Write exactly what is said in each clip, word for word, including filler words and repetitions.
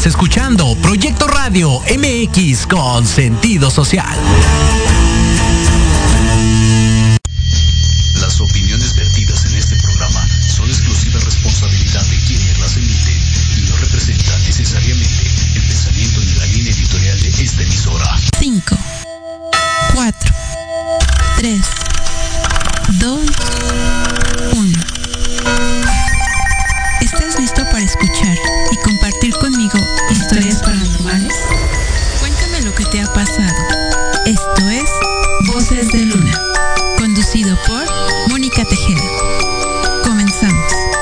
escuchando Proyecto Radio M X con sentido social. Las opiniones vertidas en este programa son exclusiva responsabilidad de quienes las emiten y no representan necesariamente el pensamiento ni la línea editorial de esta emisora. cinco, cuatro, tres, dos, uno. ¿Estás listo para escuchar y compartir conmigo historias paranormales? Cuéntame lo que te ha pasado. Esto es Voces de Luna, conducido por Mónica Tejeda. Comenzamos.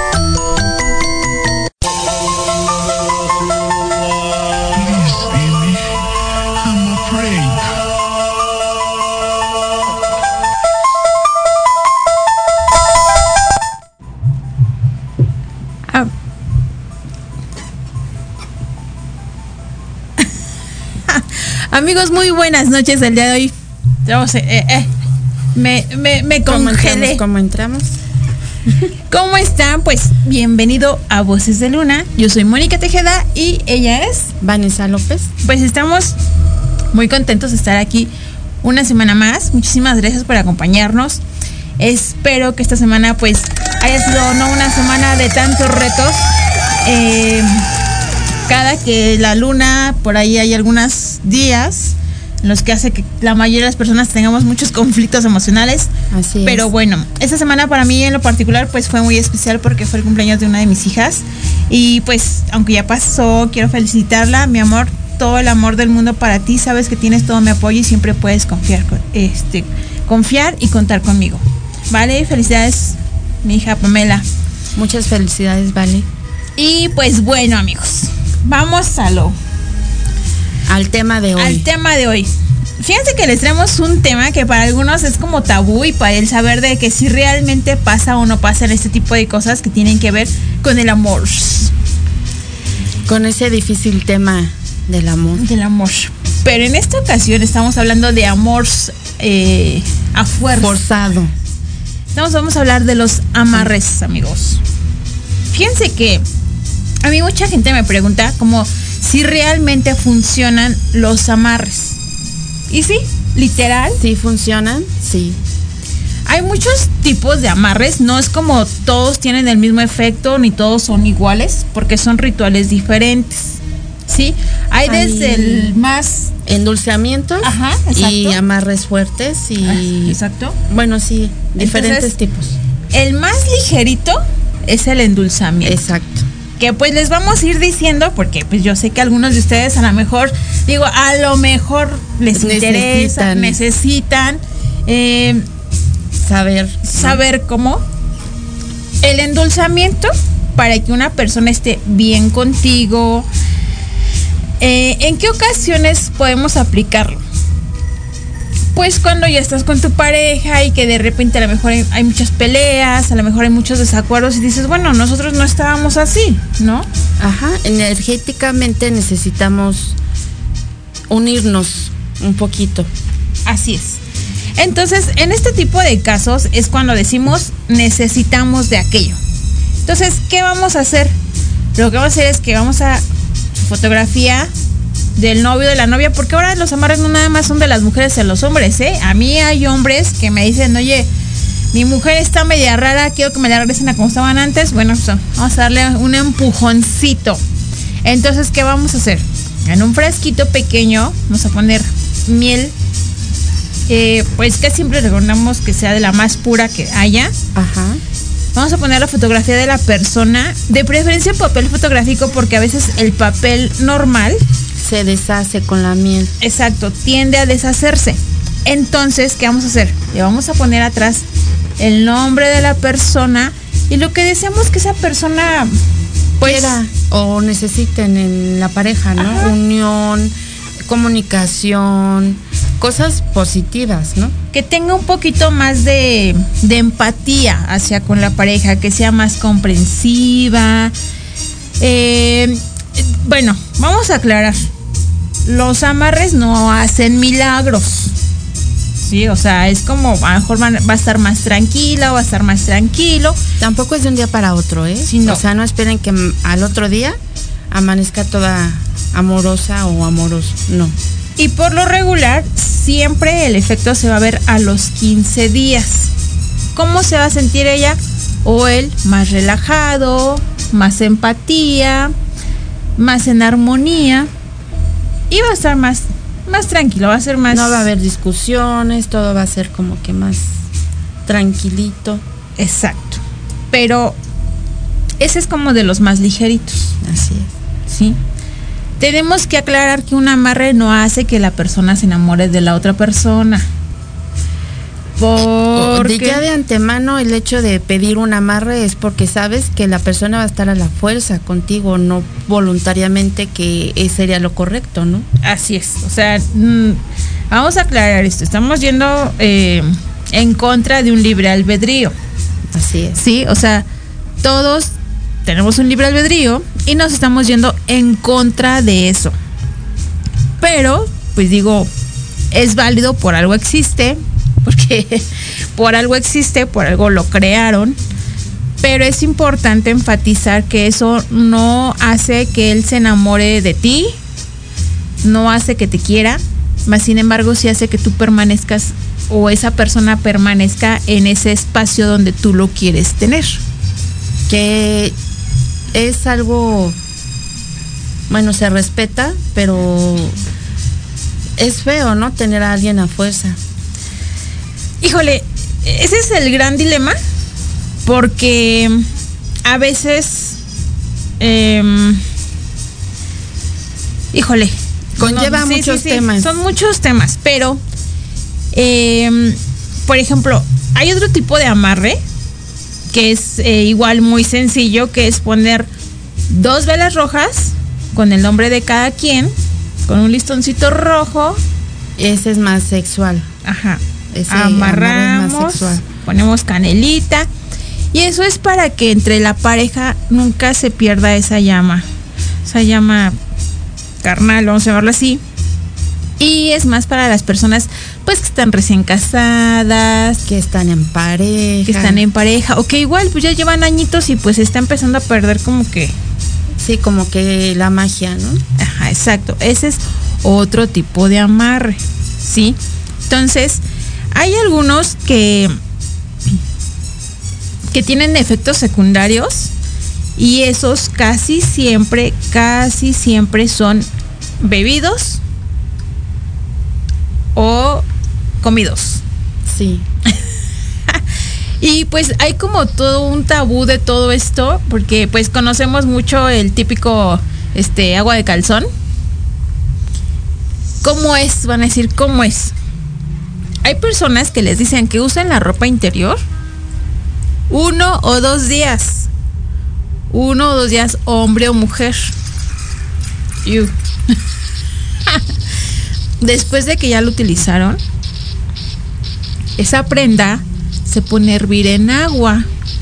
Amigos, muy buenas noches. El día de hoy vamos, eh, eh, me, me, me congelé. ¿Cómo entramos? ¿Cómo están? Pues bienvenido a Voces de Luna. Yo soy Mónica Tejeda y ella es Vanessa López. Pues estamos muy contentos de estar aquí una semana más. Muchísimas gracias por acompañarnos. Espero que esta semana pues haya sido no una semana de tantos retos. Eh, cada que la luna, por ahí hay algunos días en los que hace que la mayoría de las personas tengamos muchos conflictos emocionales. Así es. Pero bueno, esta semana para mí en lo particular pues fue muy especial porque fue el cumpleaños de una de mis hijas. Y pues aunque ya pasó, quiero felicitarla, mi amor, todo el amor del mundo para ti. Sabes que tienes todo mi apoyo y siempre puedes confiar, este, confiar y contar conmigo. Vale, felicidades, mi hija Pamela. Muchas felicidades, Vale. Y pues bueno, amigos, vamos a lo al tema de hoy. Al tema de hoy. Fíjense que les traemos un tema que para algunos es como tabú y para el saber de que si realmente pasa o no pasa en este tipo de cosas que tienen que ver con el amor. Con ese difícil tema del amor. Del amor. Pero en esta ocasión estamos hablando de amor eh, a fuerza. Forzado. Estamos, vamos a hablar de los amarres, amigos. Fíjense que a mí mucha gente me pregunta como si realmente funcionan los amarres. Y sí, literal. ¿Sí funcionan? Sí. Hay muchos tipos de amarres. No es como todos tienen el mismo efecto ni todos son iguales, porque son rituales diferentes. ¿Sí? Hay, Hay desde el más endulzamientos. Ajá, y amarres fuertes y ah, exacto. Bueno, sí, diferentes Entonces, tipos. El más ligerito es el endulzamiento. Exacto. Que pues les vamos a ir diciendo, porque pues yo sé que algunos de ustedes a lo mejor, digo, a lo mejor les necesitan. interesa, necesitan eh, saber, saber ¿no? cómo. El endulzamiento, para que una persona esté bien contigo. Eh, ¿En qué ocasiones podemos aplicarlo? Pues cuando ya estás con tu pareja y que de repente a lo mejor hay, hay muchas peleas, a lo mejor hay muchos desacuerdos y dices, bueno, nosotros no estábamos así, ¿no? Ajá, energéticamente necesitamos unirnos un poquito. Así es. Entonces, en este tipo de casos es cuando decimos necesitamos de aquello. Entonces, ¿qué vamos a hacer? Lo que vamos a hacer es que vamos a fotografía del novio, de la novia, porque ahora los amarres no nada más son de las mujeres a los hombres, ¿eh? A mí hay hombres que me dicen, oye, mi mujer está media rara, quiero que me la regresen a como estaban antes. Bueno, pues vamos a darle un empujoncito. Entonces, ¿qué vamos a hacer? En un frasquito pequeño vamos a poner miel, eh, pues que siempre recomendamos que sea de la más pura que haya. Ajá. Vamos a poner la fotografía de la persona, de preferencia en papel fotográfico, porque a veces el papel normal se deshace con la miel. Exacto, tiende a deshacerse. Entonces, ¿qué vamos a hacer? Le vamos a poner atrás el nombre de la persona y lo que deseamos que esa persona pues quiera o necesiten en la pareja, ¿no? Ajá. Unión, comunicación, cosas positivas, ¿no? Que tenga un poquito más de, de empatía hacia con la pareja, que sea más comprensiva. Eh, bueno, vamos a aclarar. Los amarres no hacen milagros. Sí, o sea, es como a lo mejor va, va a estar más tranquila o va a estar más tranquilo. Tampoco es de un día para otro, ¿eh? Sí, no. O sea, no esperen que al otro día amanezca toda amorosa o amoroso, no. Y por lo regular, siempre el efecto se va a ver a los quince días. ¿Cómo se va a sentir ella o él? Más relajado, más empatía, más en armonía y va a estar más, más tranquilo, va a ser más... No va a haber discusiones, todo va a ser como que más tranquilito. Exacto. Pero ese es como de los más ligeritos. Así es. ¿Sí? Tenemos que aclarar que un amarre no hace que la persona se enamore de la otra persona. Porque ya de antemano el hecho de pedir un amarre es porque sabes que la persona va a estar a la fuerza contigo, no voluntariamente, que sería lo correcto, ¿no? Así es. O sea, mmm, vamos a aclarar esto. Estamos yendo eh, en contra de un libre albedrío. Así es. Sí, o sea, todos tenemos un libre albedrío y nos estamos yendo en contra de eso. Pero, pues digo, es válido, por algo existe, porque por algo existe, por algo lo crearon, pero es importante enfatizar que eso no hace que él se enamore de ti, no hace que te quiera, más sin embargo sí hace que tú permanezcas o esa persona permanezca en ese espacio donde tú lo quieres tener. Que es algo, bueno, se respeta, pero es feo, ¿no? Tener a alguien a fuerza. Híjole, ese es el gran dilema, porque a veces, eh, híjole, conlleva no, sí, muchos sí, sí, temas. Son muchos temas, pero, eh, por ejemplo, hay otro tipo de amarre que es eh, igual muy sencillo, que es poner dos velas rojas con el nombre de cada quien, con un listoncito rojo. Ese es más sexual. Ajá. Ese amarramos, más sexual. Ponemos canelita y eso es para que entre la pareja nunca se pierda esa llama, esa llama carnal, vamos a llamarlo así. Y es más para las personas pues que están recién casadas, que están en pareja, que están en pareja o que igual pues ya llevan añitos y pues está empezando a perder como que sí, como que la magia, ¿no? Ajá, exacto. Ese es otro tipo de amarre, ¿sí? Entonces, hay algunos que que tienen efectos secundarios y esos casi siempre, casi siempre son bebidos o comidos. Sí. Y pues hay como todo un tabú de todo esto, porque pues conocemos mucho el típico este agua de calzón. ¿Cómo es? Van a decir, ¿cómo es? Hay personas que les dicen que usen la ropa interior uno o dos días. Uno o dos días, hombre o mujer. You. Después de que ya lo utilizaron, esa prenda se pone a hervir en agua.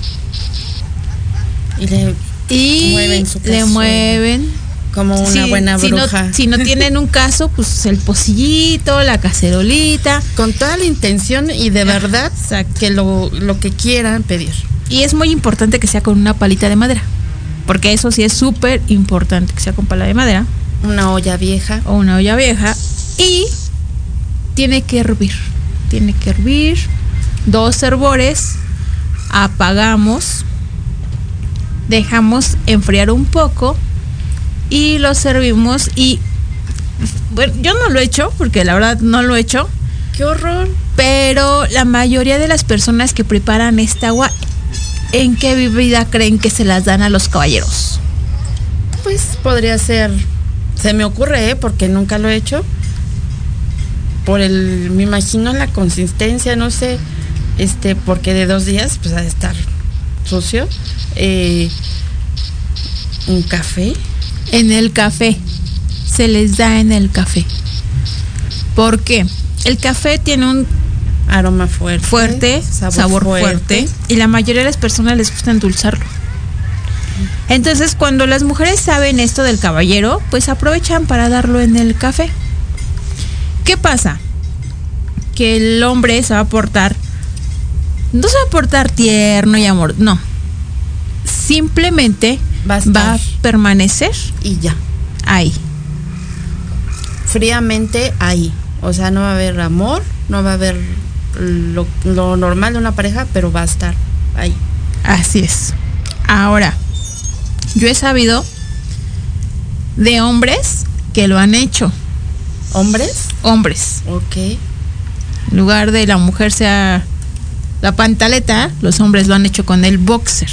Y le y mueven su le mueven. Como una si, buena si bruja. No, si no tienen un caso, pues el pocillito, la cacerolita. Con toda la intención y de verdad Exacto. que lo, lo que quieran pedir. Y es muy importante que sea con una palita de madera. Porque eso sí es súper importante que sea con pala de madera. Una olla vieja. O una olla vieja. Y tiene que hervir. Tiene que hervir. Dos hervores. Apagamos. Dejamos enfriar un poco. Y lo servimos. Y bueno, yo no lo he hecho, porque la verdad no lo he hecho. ¡Qué horror! Pero la mayoría de las personas que preparan esta agua, ¿en qué bebida creen que se las dan a los caballeros? Pues podría ser, se me ocurre, ¿eh? Porque nunca lo he hecho. Por el, me imagino la consistencia, no sé, este, porque de dos días, pues ha de estar sucio. Eh, ¿Un café? En el café. Se les da en el café. ¿Por qué? El café tiene un aroma fuerte, fuerte sabor, sabor fuerte. fuerte y la mayoría de las personas les gusta endulzarlo. Entonces, cuando las mujeres saben esto del caballero, pues aprovechan para darlo en el café. ¿Qué pasa? Que el hombre se va a portar, no se va a portar tierno y amor, no. Simplemente va a, va a permanecer y ya. Ahí. fríamente ahí. O sea, no va a haber amor, no va a haber lo, lo normal de una pareja, pero va a estar ahí. Así es. Ahora, yo he sabido de hombres que lo han hecho. ¿Hombres? Hombres. Ok. En lugar de la mujer sea la pantaleta, los hombres lo han hecho con el boxer.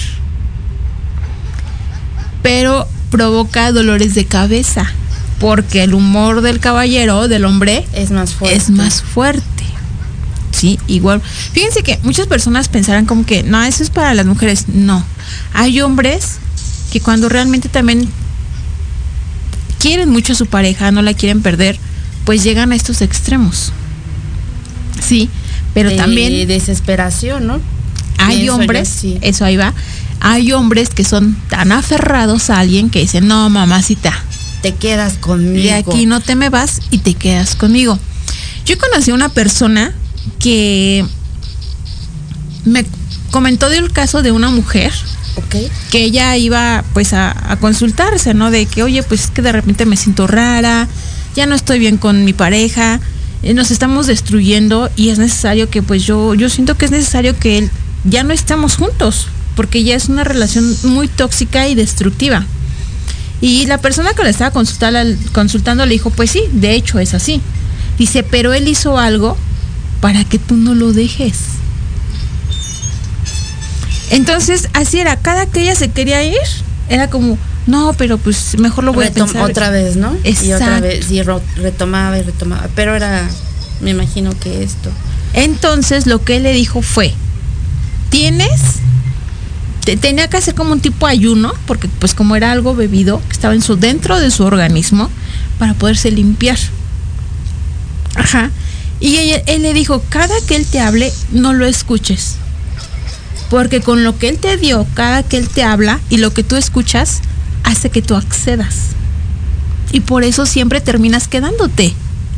Pero provoca dolores de cabeza, porque el humor del caballero, del hombre, es más fuerte. Es más fuerte. Sí, igual. Fíjense que muchas personas pensarán como que, no, eso es para las mujeres. No. Hay hombres que cuando realmente también quieren mucho a su pareja, no la quieren perder, pues llegan a estos extremos. Sí, pero de también desesperación, ¿no? Hay Pienso hombres, yo, sí. Eso ahí va. Hay hombres que son tan aferrados a alguien que dicen, no, mamacita, te quedas conmigo. de aquí no te me vas y te quedas conmigo. Yo conocí a una persona que me comentó del caso de una mujer. Okay. Que ella iba pues a, a consultarse, ¿no? De que, oye, pues es que de repente me siento rara, ya no estoy bien con mi pareja, eh, nos estamos destruyendo y es necesario que pues yo, yo siento que es necesario que él, ya no estamos juntos, porque ya es una relación muy tóxica y destructiva. Y la persona que le estaba consultando, consultando le dijo, pues sí, de hecho es así. Dice, pero él hizo algo para que tú no lo dejes. Entonces, así era, cada que ella se quería ir, era como, no, pero pues mejor lo voy Retom- a pensar. Otra vez, ¿no? Exacto. Y otra vez, y ro- retomaba y retomaba, pero era, me imagino que esto. Entonces, lo que él le dijo fue, tienes, te, tenía que hacer como un tipo ayuno, porque pues como era algo bebido, que estaba en su, dentro de su organismo, para poderse limpiar. Ajá. Y ella, él le dijo, cada que él te hable, no lo escuches. Porque con lo que él te dio, cada que él te habla y lo que tú escuchas, hace que tú accedas. Y por eso siempre terminas quedándote.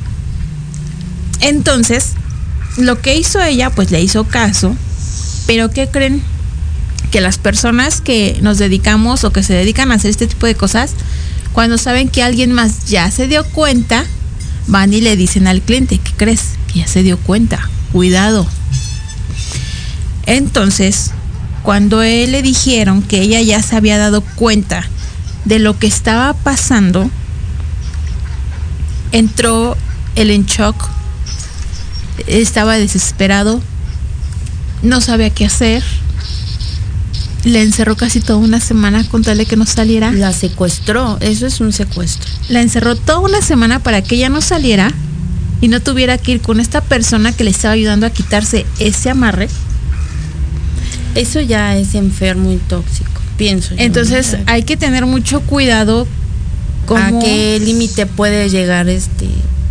Entonces, lo que hizo ella, pues le hizo caso. Pero ¿qué creen? Que las personas que nos dedicamos o que se dedican a hacer este tipo de cosas, cuando saben que alguien más ya se dio cuenta, van y le dicen al cliente, ¿qué crees? Que ya se dio cuenta. Cuidado. Entonces, cuando él le dijeron que ella ya se había dado cuenta de lo que estaba pasando, entró él en shock, estaba desesperado, no sabía qué hacer, le encerró casi toda una semana con tal de que no saliera. La secuestró, eso es un secuestro. La encerró toda una semana para que ella no saliera y no tuviera que ir con esta persona que le estaba ayudando a quitarse ese amarre. Eso ya es enfermo y tóxico, pienso yo. Entonces hay que tener mucho cuidado con a qué límite puede llegar este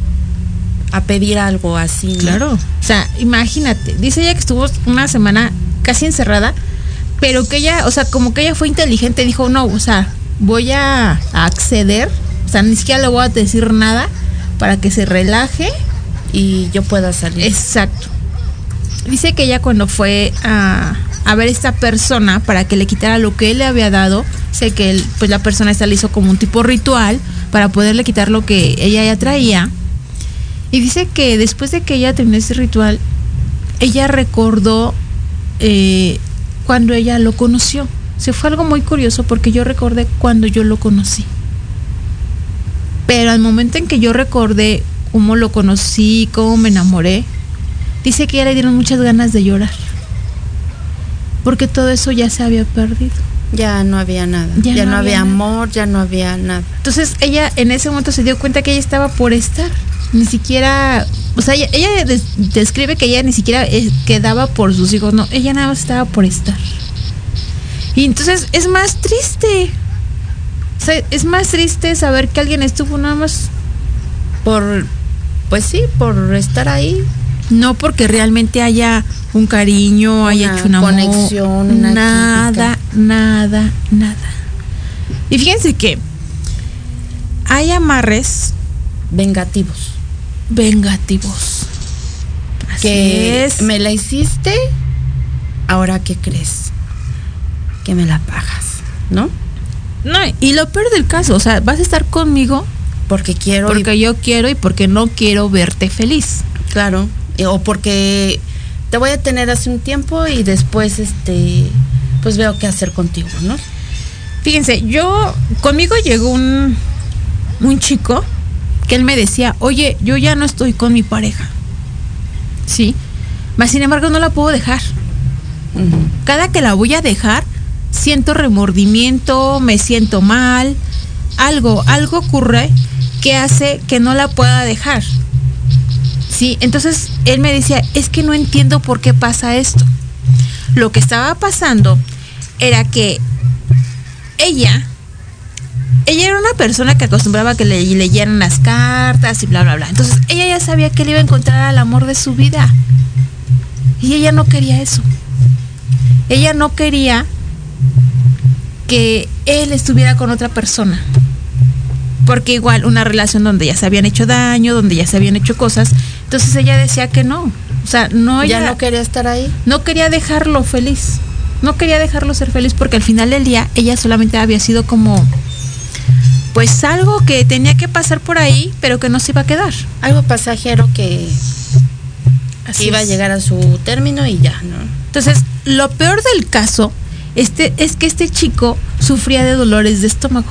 a pedir algo así, ¿no? Claro. O sea, imagínate, dice ella que estuvo una semana casi encerrada, pero que ella, o sea, como que ella fue inteligente, dijo, no, o sea, voy a, a acceder, o sea, ni siquiera le voy a decir nada para que se relaje y yo pueda salir. Exacto. Dice que ella cuando fue a, a ver a esta persona para que le quitara lo que él le había dado, sé que él, pues la persona esta le hizo como un tipo ritual para poderle quitar lo que ella ya traía. Y dice que después de que ella terminó ese ritual, ella recordó eh, cuando ella lo conoció. Se fue algo muy curioso porque yo recordé cuando yo lo conocí. Pero al momento en que yo recordé cómo lo conocí, cómo me enamoré, dice que ya le dieron muchas ganas de llorar. Porque todo eso ya se había perdido. Ya no había nada. Ya, ya no, no había, había amor, ya no había nada. Entonces ella en ese momento se dio cuenta que ella estaba por estar. Ni siquiera, o sea, ella, ella des, describe que ella ni siquiera eh, quedaba por sus hijos, no, ella nada más estaba por estar. Y entonces es más triste. O sea, es más triste saber que alguien estuvo nada más por, pues sí, por estar ahí. No porque realmente haya un cariño, una haya hecho un amor, conexión, una nada, química. nada, nada. Y fíjense que hay amarres vengativos. Vengativos. Así que es. Me la hiciste, ahora ¿qué crees? Que me la pagas, ¿no? No, y lo peor del caso, o sea, vas a estar conmigo Porque quiero. Porque y... yo quiero y porque no quiero verte feliz. Claro. O porque te voy a tener hace un tiempo y después, este, pues veo qué hacer contigo, ¿no? Fíjense, yo, conmigo llegó un, un chico que él me decía, oye, yo ya no estoy con mi pareja. Sí. Mas sin embargo no la puedo dejar. Uh-huh. Cada que la voy a dejar, siento remordimiento, me siento mal, algo, algo ocurre que hace que no la pueda dejar. Sí, entonces él me decía, es que no entiendo por qué pasa esto. Lo que estaba pasando era que ella, ella era una persona que acostumbraba a que le leyeran las cartas y bla, bla, bla. Entonces ella ya sabía que él iba a encontrar al amor de su vida. Y ella no quería eso. Ella no quería que él estuviera con otra persona. Porque igual una relación donde ya se habían hecho daño, donde ya se habían hecho cosas, entonces ella decía que no. O sea, no ya ella, no quería estar ahí. No quería dejarlo feliz. No quería dejarlo ser feliz porque al final del día ella solamente había sido como pues algo que tenía que pasar por ahí, pero que no se iba a quedar. Algo pasajero que Así iba es. a llegar a su término y ya, ¿no? Entonces, lo peor del caso este, es que este chico sufría de dolores de estómago.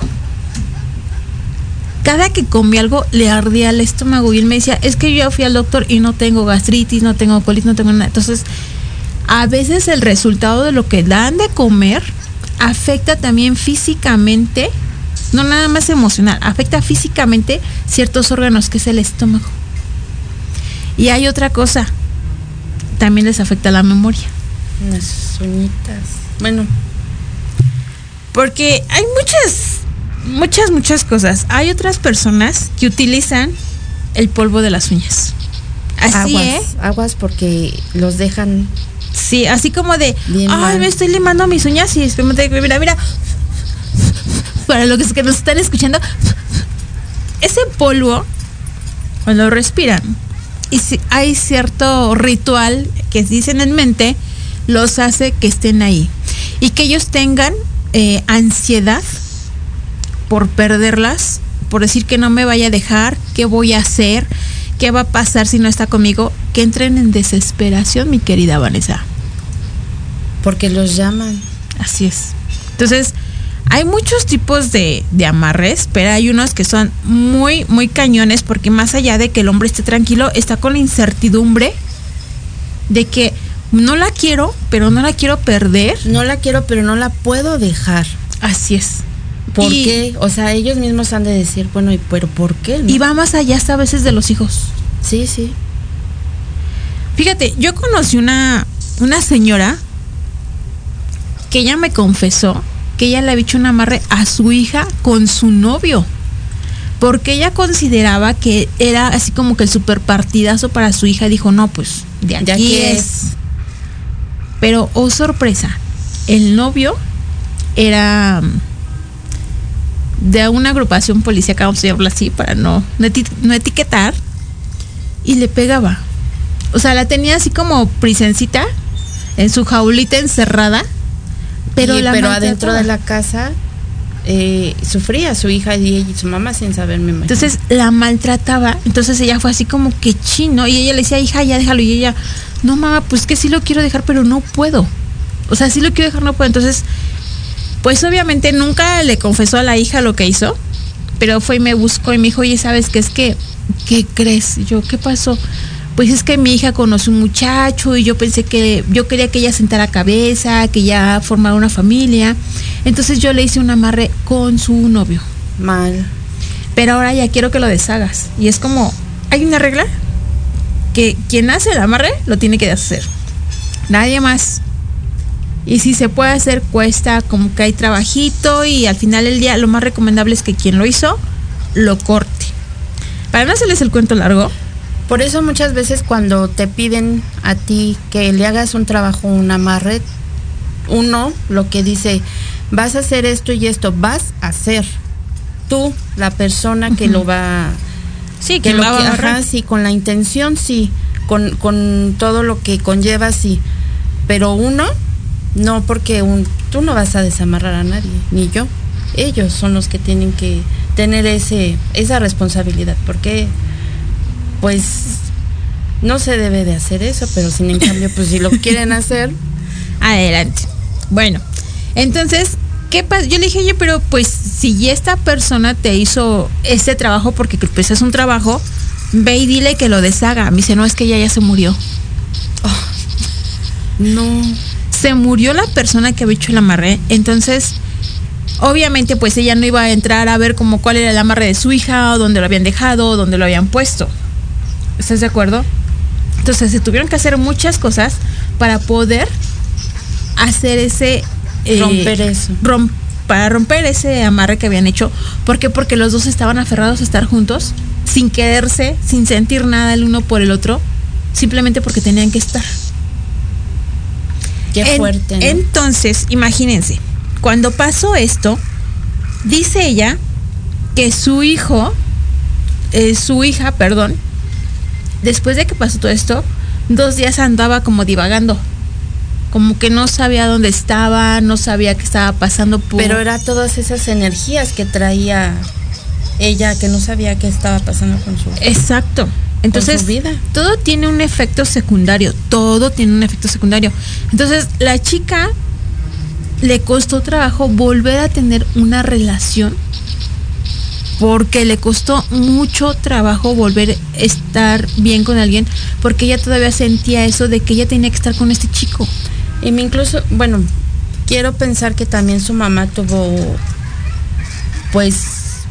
Cada que comía algo le ardía el estómago y él me decía, es que yo ya fui al doctor y no tengo gastritis, no tengo colitis, no tengo nada. Entonces, a veces el resultado de lo que dan de comer afecta también físicamente, no nada más emocional, afecta físicamente ciertos órganos que es el estómago. Y hay otra cosa, también les afecta la memoria. Las uñitas. Bueno, porque hay muchas, muchas, muchas cosas. Hay otras personas que utilizan el polvo de las uñas. Así, aguas, ¿eh? Aguas porque los dejan. Sí, así como de, bien ay, mal. Me estoy limando mis uñas y mira, mira. Para los que nos están escuchando, ese polvo, cuando lo respiran, y si hay cierto ritual que dicen en mente, los hace que estén ahí y que ellos tengan eh, ansiedad por perderlas, por decir que no me vaya a dejar, qué voy a hacer, qué va a pasar si no está conmigo, que entren en desesperación, mi querida Vanessa. Porque los llaman. Así es. Entonces, hay muchos tipos de, de amarres, pero hay unos que son muy, muy cañones, porque más allá de que el hombre esté tranquilo, está con la incertidumbre de que no la quiero, pero no la quiero perder. No la quiero, pero no la puedo dejar. Así es. ¿Por y, qué? O sea, ellos mismos han de decir, bueno, ¿pero por qué? ¿No? Y va más allá hasta a veces de los hijos. Sí, sí. Fíjate, yo conocí una, una señora que ella me confesó que ella le había hecho un amarre a su hija con su novio, porque ella consideraba que era así como que el super partidazo para su hija. Dijo, no, pues de aquí, de aquí es. es. Pero, oh sorpresa, el novio era de una agrupación policíaca, vamos a llamarlo así, para no, no, eti- no etiquetar, y le pegaba. O sea, la tenía así como prisencita, en su jaulita encerrada, pero, y, la pero adentro de la casa eh, sufría su hija y, ella, y su mamá sin saber, me imagino. Entonces la maltrataba. Entonces ella fue así como que chino, y ella le decía, hija, ya déjalo, y ella, no mamá, pues que sí lo quiero dejar, pero no puedo. O sea, sí lo quiero dejar, no puedo. Entonces, pues obviamente nunca le confesó a la hija lo que hizo, pero fue y me buscó y me dijo, oye, ¿sabes qué es que? ¿Qué crees? Y yo, ¿qué pasó? Pues es que mi hija conoce un muchacho y yo pensé que, yo quería que ella sentara cabeza, que ya formara una familia. Entonces yo le hice un amarre con su novio. Mal. Pero ahora ya quiero que lo deshagas. Y es como, hay una regla que quien hace el amarre lo tiene que hacer. Nadie más. Y si se puede hacer, cuesta como que hay trabajito, y al final del día lo más recomendable es que quien lo hizo lo corte. Para no hacerles el cuento largo. Por eso muchas veces cuando te piden a ti que le hagas un trabajo, un amarre, uno lo que dice, vas a hacer esto y esto, vas a hacer tú, la persona que uh-huh. lo va, sí, que que lo va que, a ajá, sí, con la intención, sí, con, con todo lo que conlleva, sí, pero uno, no, porque un, tú no vas a desamarrar a nadie, ni yo, ellos son los que tienen que tener ese esa responsabilidad, porque pues no se debe de hacer eso, pero sin en cambio, pues si lo quieren hacer, adelante. Bueno, entonces, ¿qué pasa? Yo le dije, oye, pero pues si esta persona te hizo este trabajo, porque pues es un trabajo, ve y dile que lo deshaga. Me dice, no, es que ella ya se murió. oh, no, Se murió la persona que había hecho el amarre, entonces obviamente pues ella no iba a entrar a ver como cuál era el amarre de su hija, o dónde lo habían dejado, o dónde lo habían puesto. ¿Estás de acuerdo? Entonces se tuvieron que hacer muchas cosas para poder hacer ese eh, romper eso. Rom, para romper ese amarre que habían hecho. ¿Por qué? Porque los dos estaban aferrados a estar juntos, sin quererse, sin sentir nada el uno por el otro, simplemente porque tenían que estar. Qué fuerte, en, ¿no? Entonces, imagínense, cuando pasó esto, dice ella que su hijo, eh, su hija, perdón, después de que pasó todo esto, dos días andaba como divagando, como que no sabía dónde estaba, no sabía qué estaba pasando por... Pero era todas esas energías que traía ella, que no sabía qué estaba pasando con su... Exacto. Entonces, con su vida. Todo tiene un efecto secundario, todo tiene un efecto secundario. Entonces, la chica le costó trabajo volver a tener una relación, porque le costó mucho trabajo volver a estar bien con alguien, porque ella todavía sentía eso de que ella tenía que estar con este chico. Y me incluso, bueno, quiero pensar que también su mamá tuvo, pues,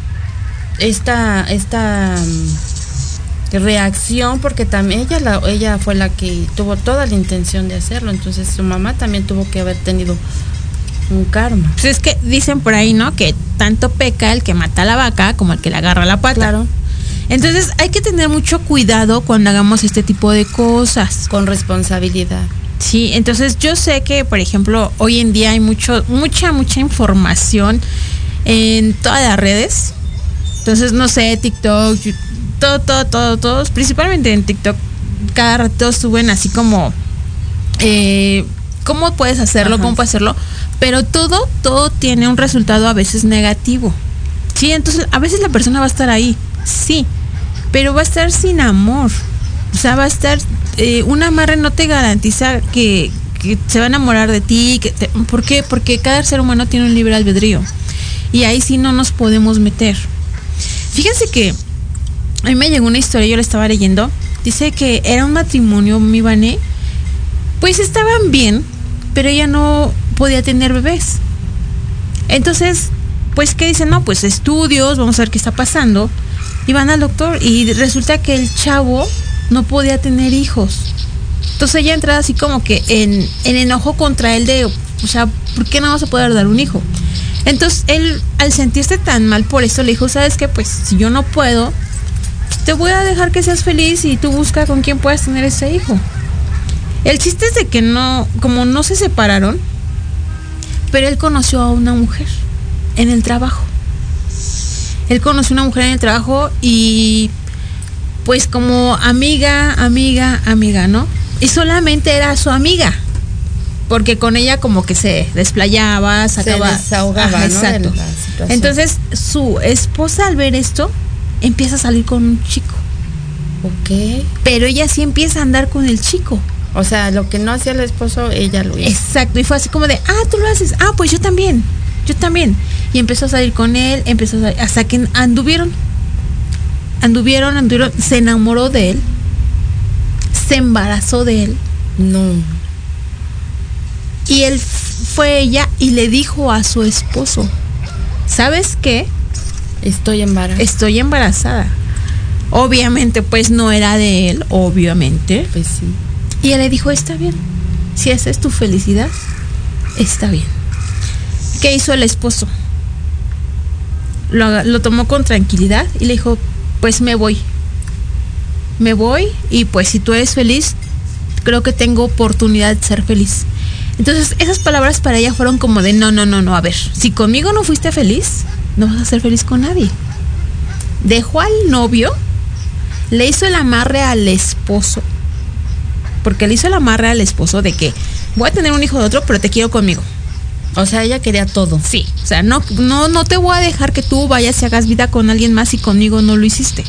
esta, esta um, reacción, porque también ella, la, ella fue la que tuvo toda la intención de hacerlo, entonces su mamá también tuvo que haber tenido un karma. Pues es que dicen por ahí, ¿no? Que tanto peca el que mata a la vaca como el que le agarra la pata. Claro. Entonces hay que tener mucho cuidado cuando hagamos este tipo de cosas. Con responsabilidad. Sí, entonces yo sé que, por ejemplo, hoy en día hay mucho, mucha, mucha información en todas las redes. Entonces, no sé, TikTok, todo, todo, todo, todos, principalmente en TikTok, cada rato suben así como, eh, ¿cómo puedes hacerlo? Ajá. ¿Cómo puedes hacerlo? Pero todo, todo tiene un resultado a veces negativo. Sí, entonces a veces la persona va a estar ahí, sí, pero va a estar sin amor. O sea, va a estar, eh, un amarre no te garantiza que, que se va a enamorar de ti. Que te, ¿Por qué? Porque cada ser humano tiene un libre albedrío. Y ahí sí no nos podemos meter. Fíjense que a mí me llegó una historia, yo la estaba leyendo. Dice que era un matrimonio, mi Vané. Pues estaban bien, pero ella no podía tener bebés. Entonces, pues, ¿qué dicen? No, pues estudios, vamos a ver qué está pasando. Y van al doctor y resulta que el chavo no podía tener hijos. Entonces ella entra así como que en, en enojo contra él de, o sea, ¿por qué no vas a poder dar un hijo? Entonces él, al sentirse tan mal por eso, le dijo, ¿sabes qué? Pues si yo no puedo, te voy a dejar que seas feliz y tú busca con quién puedas tener ese hijo. El chiste es de que no, como no se separaron, pero él conoció a una mujer en el trabajo. Él conoció a una mujer en el trabajo y pues como amiga, amiga, amiga, ¿no? Y solamente era su amiga, porque con ella como que se desplayaba, sacaba, se desahogaba, ajá, ¿no? exacto. De la situación. Entonces su esposa, al ver esto, empieza a salir con un chico. Ok. Pero ella sí empieza a andar con el chico. O sea, lo que no hacía el esposo, ella lo hizo. Exacto, y fue así como de, ah, tú lo haces, ah, pues yo también, yo también. Y empezó a salir con él, empezó a salir, hasta que anduvieron, anduvieron, anduvieron, se enamoró de él, se embarazó de él. No. Y él fue ella y le dijo a su esposo, ¿sabes qué? Estoy embarazada. Estoy embarazada. Obviamente, pues no era de él, obviamente. Pues sí. Y él le dijo, está bien, si esa es tu felicidad, está bien. ¿Qué hizo el esposo? Lo, lo tomó con tranquilidad y le dijo, pues me voy. Me voy y pues si tú eres feliz, creo que tengo oportunidad de ser feliz. Entonces esas palabras para ella fueron como de, no, no, no, no, a ver, si conmigo no fuiste feliz, no vas a ser feliz con nadie. Dejó al novio, le hizo el amarre al esposo, porque le hizo el amarre al esposo de que voy a tener un hijo de otro, pero te quiero conmigo. O sea, ella quería todo. Sí, o sea, no, no, no te voy a dejar que tú vayas y hagas vida con alguien más y conmigo no lo hiciste.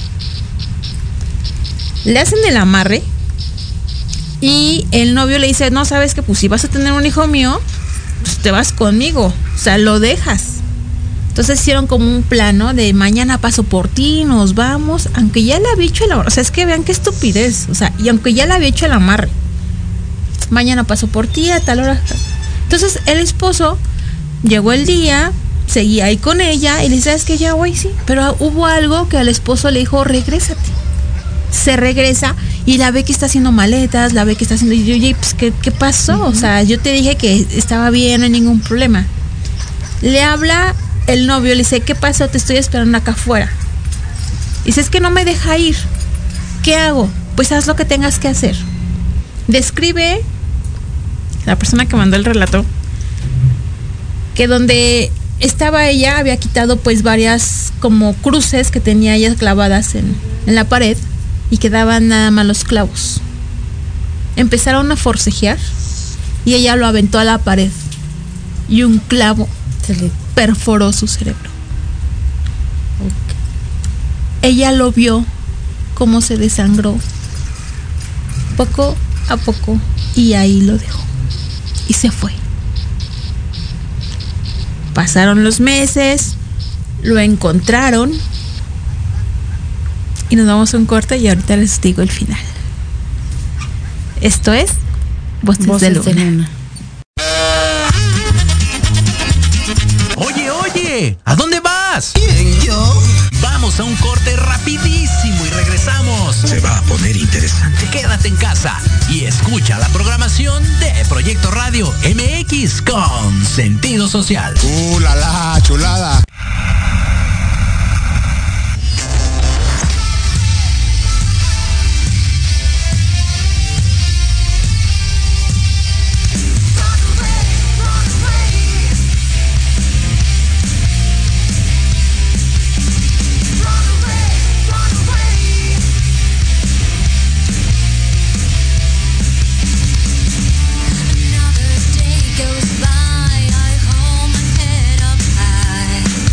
Le hacen el amarre y el novio le dice, no, sabes que pues si vas a tener un hijo mío, pues te vas conmigo, o sea, lo dejas. Entonces hicieron como un plano de mañana paso por ti, nos vamos, aunque ya le había hecho el amarre, o sea, es que vean qué estupidez, o sea, y aunque ya le había hecho el amarre, mañana paso por ti a tal hora. Entonces el esposo llegó el día, seguía ahí con ella y le dice, ¿sabes qué? Ya voy, sí, pero hubo algo que al esposo le dijo, regrésate. Se regresa y la ve que está haciendo maletas, la ve que está haciendo, y yo, oye, pues, ¿qué, qué pasó? Uh-huh. O sea, yo te dije que estaba bien, no hay ningún problema. Le habla el novio, le dice, ¿qué pasó? Te estoy esperando acá afuera. Dice, es que no me deja ir. ¿Qué hago? Pues haz lo que tengas que hacer. Describe la persona que mandó el relato que donde estaba ella había quitado pues varias como cruces que tenía ella clavadas en, en la pared y quedaban nada más los clavos. Empezaron a forcejear y ella lo aventó a la pared y un clavo se le perforó su cerebro. Okay. Ella lo vio cómo se desangró poco a poco y ahí lo dejó y se fue. Pasaron los meses, lo encontraron y nos vamos a un corte y ahorita les digo el final. Esto es Voces, Voces de Luna. De Luna. Oye, oye, ¿a dónde vas? ¿Quién, yo? Vamos a un corte rapidísimo y regresamos. Se va a poner interesante. Quédate en casa y escucha la programación de Proyecto Radio M X con sentido social. ¡Uh, la, la chulada! Goes by, I hold my head up high.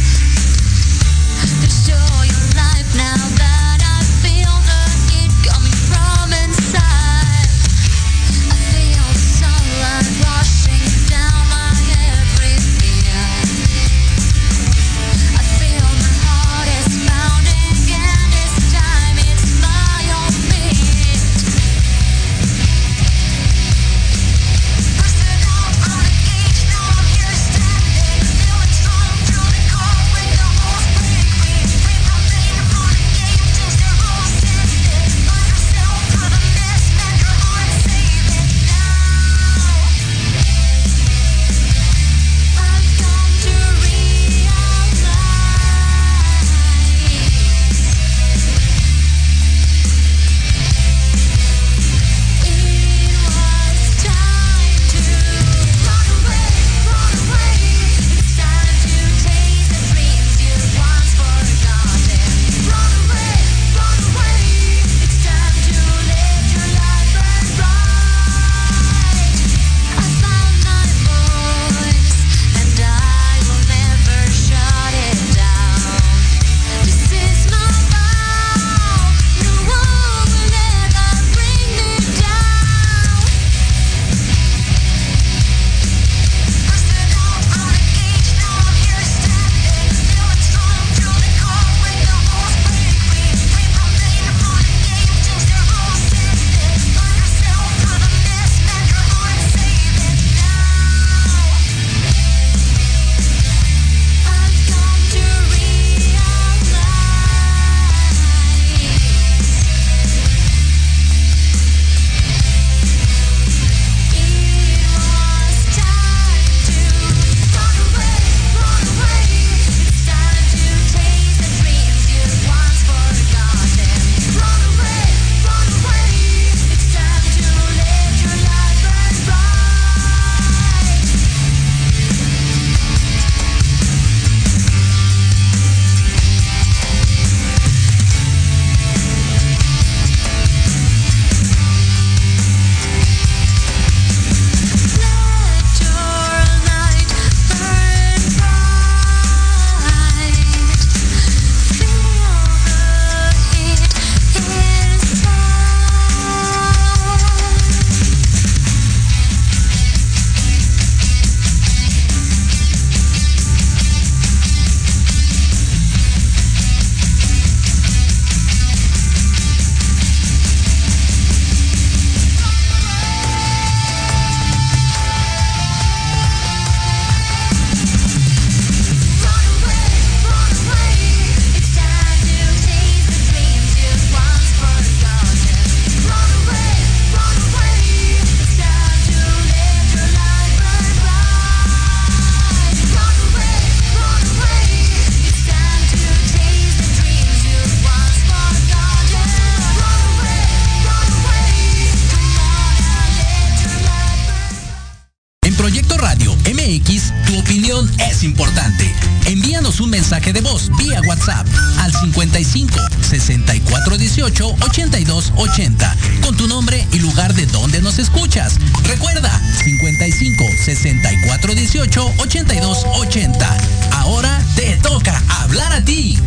mensaje de voz vía WhatsApp al cincuenta y cinco, sesenta y cuatro dieciocho, ochenta y dos ochenta con tu nombre y lugar de donde nos escuchas. Recuerda, cincuenta y cinco, sesenta y cuatro dieciocho, ochenta y dos ochenta. Ahora te toca hablar a ti.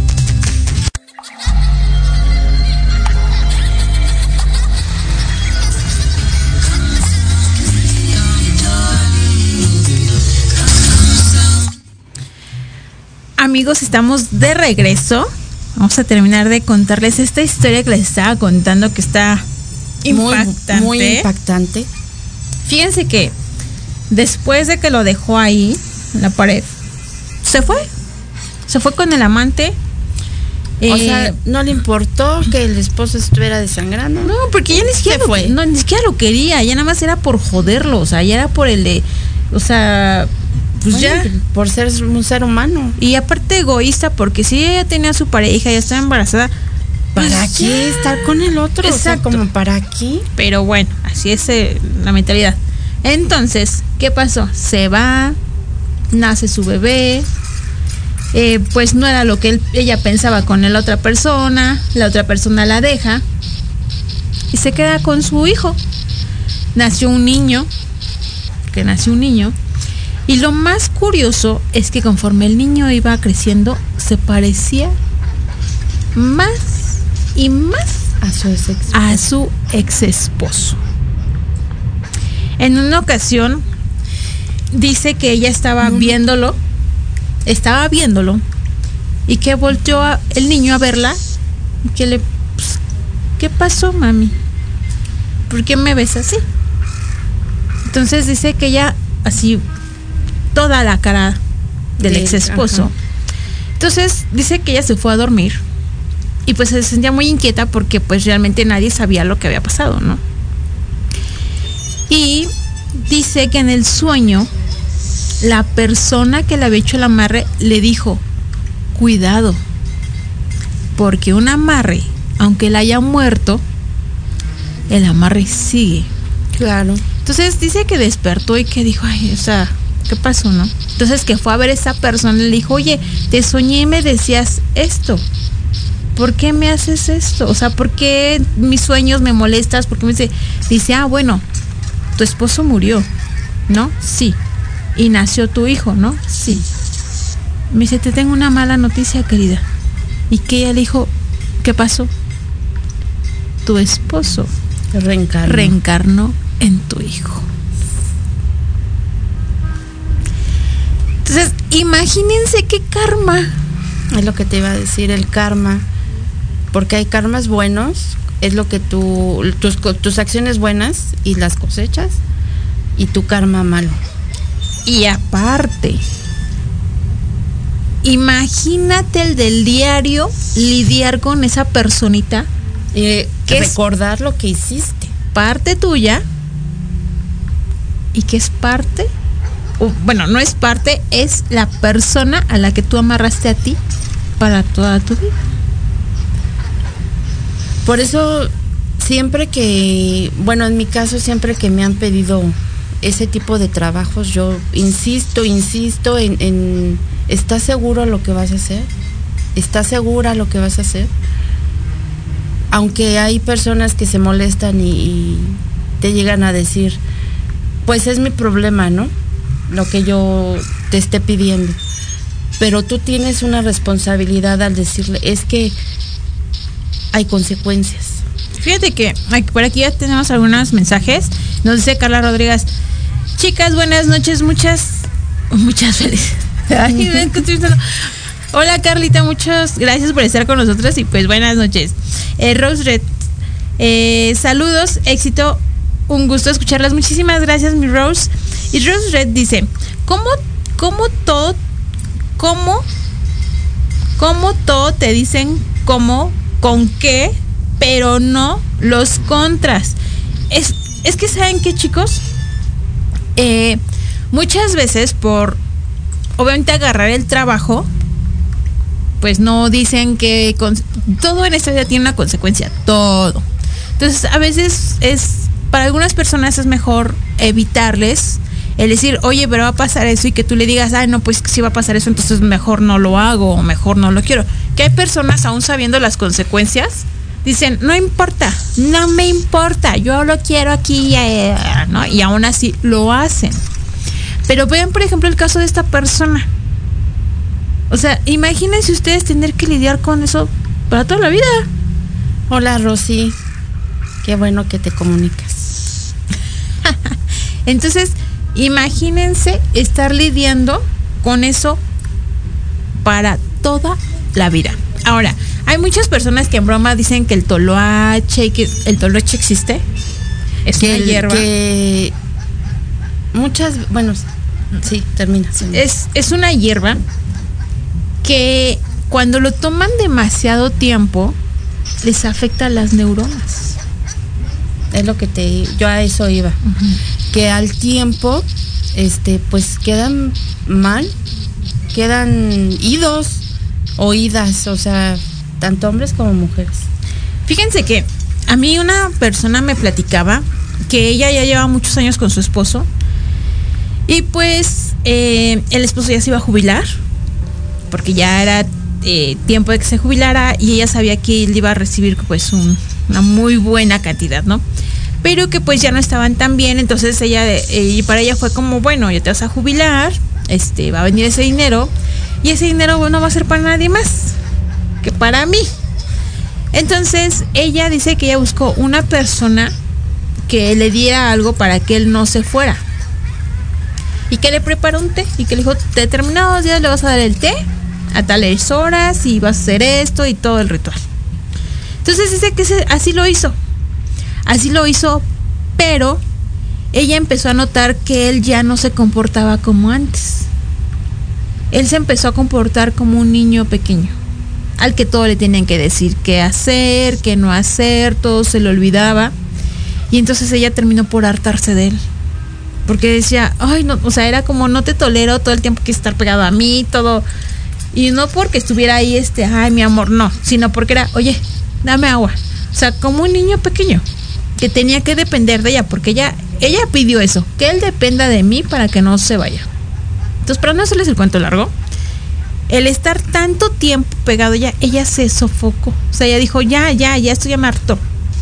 Amigos, estamos de regreso. Vamos a terminar de contarles esta historia que les estaba contando, que está impactante. Muy, muy impactante. Fíjense que después de que lo dejó ahí, en la pared, se fue. Se fue con el amante. O eh, sea, no le importó que el esposo estuviera desangrando. No, porque ya ni siquiera, lo, fue. No, ni siquiera lo quería. Ya nada más era por joderlo. O sea, ya era por el de... O sea... Pues bueno, ya. Por ser un ser humano. Y aparte egoísta, porque si ella tenía a su pareja, ya estaba embarazada, ¿para pues qué ya estar con el otro? Exacto. O sea, como para qué. Pero bueno, así es eh, la mentalidad. Entonces, ¿qué pasó? Se va, nace su bebé, eh, pues no era lo que él, ella pensaba con la otra persona, la otra persona la deja y se queda con su hijo. Nació un niño, que nació un niño. Y lo más curioso es que conforme el niño iba creciendo, se parecía más y más a su ex esposo. A su ex esposo. En una ocasión dice que ella estaba mm. viéndolo, estaba viéndolo, y que volteó a, el niño a verla, y que le, pues, ¿qué pasó, mami? ¿Por qué me ves así? Entonces dice que ella así toda la cara del ex esposo. Entonces dice que ella se fue a dormir y pues se sentía muy inquieta porque pues realmente nadie sabía lo que había pasado, ¿no? Y dice que en el sueño la persona que le había hecho el amarre le dijo: cuidado, porque un amarre, aunque él haya muerto, el amarre sigue. Claro. Entonces dice que despertó y que dijo, ay, o sea, ¿qué pasó, no? Entonces que fue a ver a esa persona y le dijo, oye, te soñé y me decías esto. ¿Por qué me haces esto? O sea, ¿por qué mis sueños me molestas? Porque me dice, dice, ah, bueno, tu esposo murió, ¿no? Sí. Y nació tu hijo, ¿no? Sí. Me dice, te tengo una mala noticia, querida. Y que ella le dijo, ¿qué pasó? Tu esposo reencarnó, reencarnó en tu hijo. Entonces, imagínense qué karma. Es lo que te iba a decir, el karma. Porque hay karmas buenos, es lo que tú, tus, tus acciones buenas y las cosechas, y tu karma malo. Y aparte, imagínate el del diario lidiar con esa personita. Eh, que recordar es lo que hiciste. Parte tuya y que es parte, o, bueno, no es parte, es la persona a la que tú amarraste a ti para toda tu vida. Por eso siempre que, bueno, en mi caso siempre que me han pedido ese tipo de trabajos, yo insisto, insisto en, en ¿estás seguro lo que vas a hacer? ¿Estás segura lo que vas a hacer? Aunque hay personas que se molestan y, y te llegan a decir, pues es mi problema, ¿no? Lo que yo te esté pidiendo. Pero tú tienes una responsabilidad al decirle, es que hay consecuencias. Fíjate que por aquí ya tenemos algunos mensajes. Nos dice Carla Rodríguez, chicas, buenas noches, muchas, muchas felicidades. Hola Carlita, muchas gracias por estar con nosotros y pues buenas noches. Eh, Rose Red, eh, saludos, éxito, un gusto escucharlas. Muchísimas gracias, mi Rose. Y Rose Red dice, ¿cómo, cómo todo, cómo, cómo todo te dicen cómo, con qué, pero no los contras? Es, es que ¿saben qué, chicos? Eh, muchas veces por, obviamente, agarrar el trabajo, pues no dicen que con, todo en esta vida tiene una consecuencia, todo. Entonces, a veces es, para algunas personas es mejor evitarles el decir, oye, pero va a pasar eso, y que tú le digas, ay, no, pues si va a pasar eso, entonces mejor no lo hago, o mejor no lo quiero. Que hay personas, aún sabiendo las consecuencias, dicen, no importa, no me importa, yo lo quiero aquí, eh, ¿no? Y aún así lo hacen. Pero vean, por ejemplo, el caso de esta persona. O sea, imagínense ustedes tener que lidiar con eso para toda la vida. Hola, Rosy. Qué bueno que te comunicas. Entonces, imagínense estar lidiando con eso para toda la vida. Ahora, hay muchas personas que en broma dicen que el toloache y que el toloache existe. Es que una el, hierba. Que muchas, bueno, sí, termina. Sí. Es, es una hierba que cuando lo toman demasiado tiempo les afecta las neuronas. Es lo que te, yo a eso iba. Uh-huh. Que al tiempo, este, pues quedan mal, quedan idos o idas, o sea, tanto hombres como mujeres. Fíjense que a mí una persona me platicaba que ella ya lleva muchos años con su esposo y pues eh, el esposo ya se iba a jubilar porque ya era eh, tiempo de que se jubilara y ella sabía que él iba a recibir pues un, una muy buena cantidad, ¿no? Pero que pues ya no estaban tan bien, entonces ella eh, y para ella fue como, bueno, ya te vas a jubilar, este va a venir ese dinero y ese dinero bueno, no va a ser para nadie más que para mí. Entonces ella dice que ella buscó una persona que le diera algo para que él no se fuera y que le preparó un té y que le dijo, determinados días le vas a dar el té a tales horas y vas a hacer esto y todo el ritual. Entonces dice que se, así lo hizo así lo hizo pero ella empezó a notar que él ya no se comportaba como antes. Él se empezó a comportar como un niño pequeño al que todo le tenían que decir qué hacer, qué no hacer, todo se le olvidaba. Y entonces ella terminó por hartarse de él. Porque decía, ay, no, o sea, era como, no te tolero, todo el tiempo quieres estar pegado a mí, todo. Y no porque estuviera ahí, este, ay, mi amor, no, sino porque era, oye, dame agua. O sea, como un niño pequeño que tenía que depender de ella, porque ella, ella pidió eso, que él dependa de mí para que no se vaya. Entonces, para no hacerles el cuento largo, el estar tanto tiempo pegado a ella, ella se sofocó. O sea, ella dijo, ya, ya, ya, esto ya me hartó.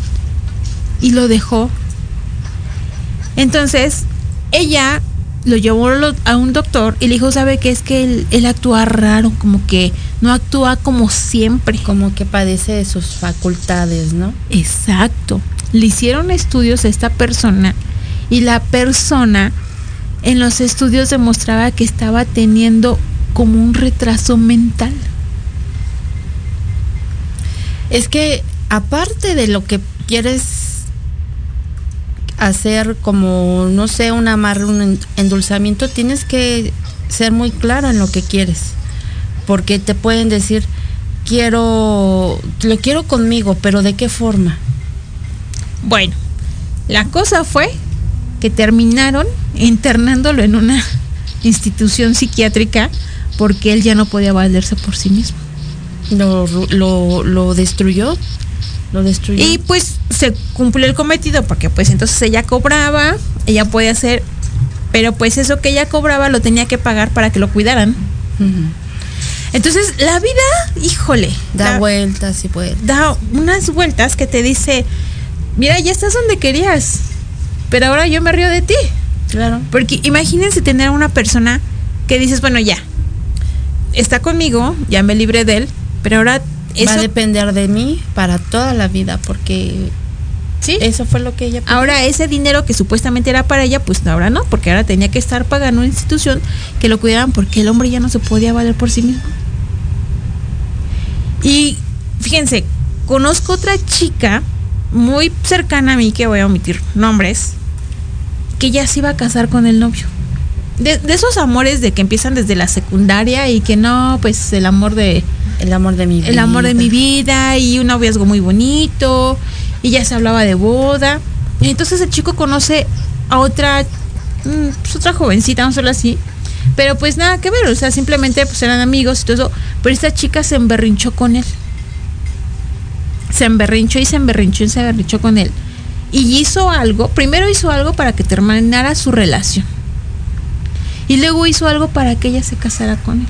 Y lo dejó. Entonces, ella lo llevó a un doctor y le dijo, ¿sabe qué? Es que él, él actúa raro, como que no actúa como siempre. Como que padece de sus facultades, ¿no? Exacto. Le hicieron estudios a esta persona y la persona en los estudios demostraba que estaba teniendo como un retraso mental. Es que aparte de lo que quieres hacer, como no sé, un amarre, un endulzamiento, tienes que ser muy claro en lo que quieres, porque te pueden decir, quiero, lo quiero conmigo, pero ¿de qué forma? Bueno, la cosa fue que terminaron internándolo en una institución psiquiátrica porque él ya no podía valerse por sí mismo. Lo, lo, lo destruyó. Lo destruyó. Y pues se cumplió el cometido porque pues entonces ella cobraba, ella podía hacer, pero pues eso que ella cobraba lo tenía que pagar para que lo cuidaran. Uh-huh. Entonces la vida, híjole, da, da vueltas y vueltas. Da unas vueltas que te dice, mira, ya estás donde querías, pero ahora yo me río de ti. Claro. Porque imagínense tener una persona que dices, bueno, ya, está conmigo, ya me libré de él, pero ahora eso va a depender de mí para toda la vida, porque sí, eso fue lo que ella pidió. Ahora ese dinero que supuestamente era para ella, pues ahora no, porque ahora tenía que estar pagando una institución que lo cuidaban porque el hombre ya no se podía valer por sí mismo. Y fíjense, conozco otra chica muy cercana a mí, que voy a omitir nombres, que ya se iba a casar con el novio. De, de esos amores de que empiezan desde la secundaria y que no, pues el amor de... El amor de mi vida. El amor de mi vida y un noviazgo muy bonito y ya se hablaba de boda. Y entonces el chico conoce a otra, pues otra jovencita, no solo así, pero pues nada que ver, o sea, simplemente pues eran amigos y todo eso, pero esta chica se emberrinchó con él. Se emberrinchó y se emberrinchó y se emberrinchó con él. Y hizo algo, primero hizo algo para que terminara su relación. y luego hizo algo para que ella se casara con él.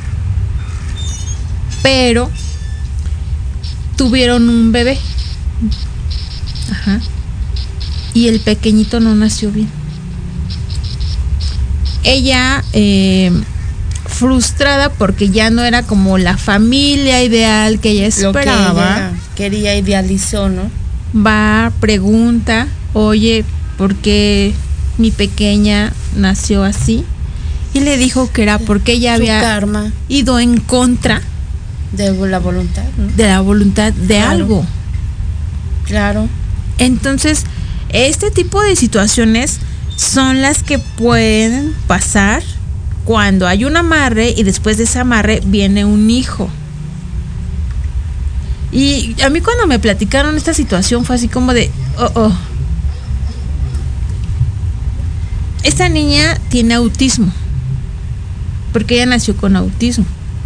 Pero tuvieron un bebé. Ajá. Y el pequeñito no nació bien. Ella, eh, frustrada porque ya no era como la familia ideal que ella esperaba. Lo que ella quería, idealizó, ¿no? Va, pregunta, oye, ¿por qué mi pequeña nació así? Y le dijo que era porque ella Su había karma. ido en contra De la voluntad, ¿no? de la voluntad de Claro. algo. Claro. Entonces, este tipo de situaciones son las que pueden pasar cuando hay un amarre y después de ese amarre viene un hijo. Y a mí cuando me platicaron esta situación fue así como de, oh, oh. Esta niña tiene autismo, porque ella nació con autismo.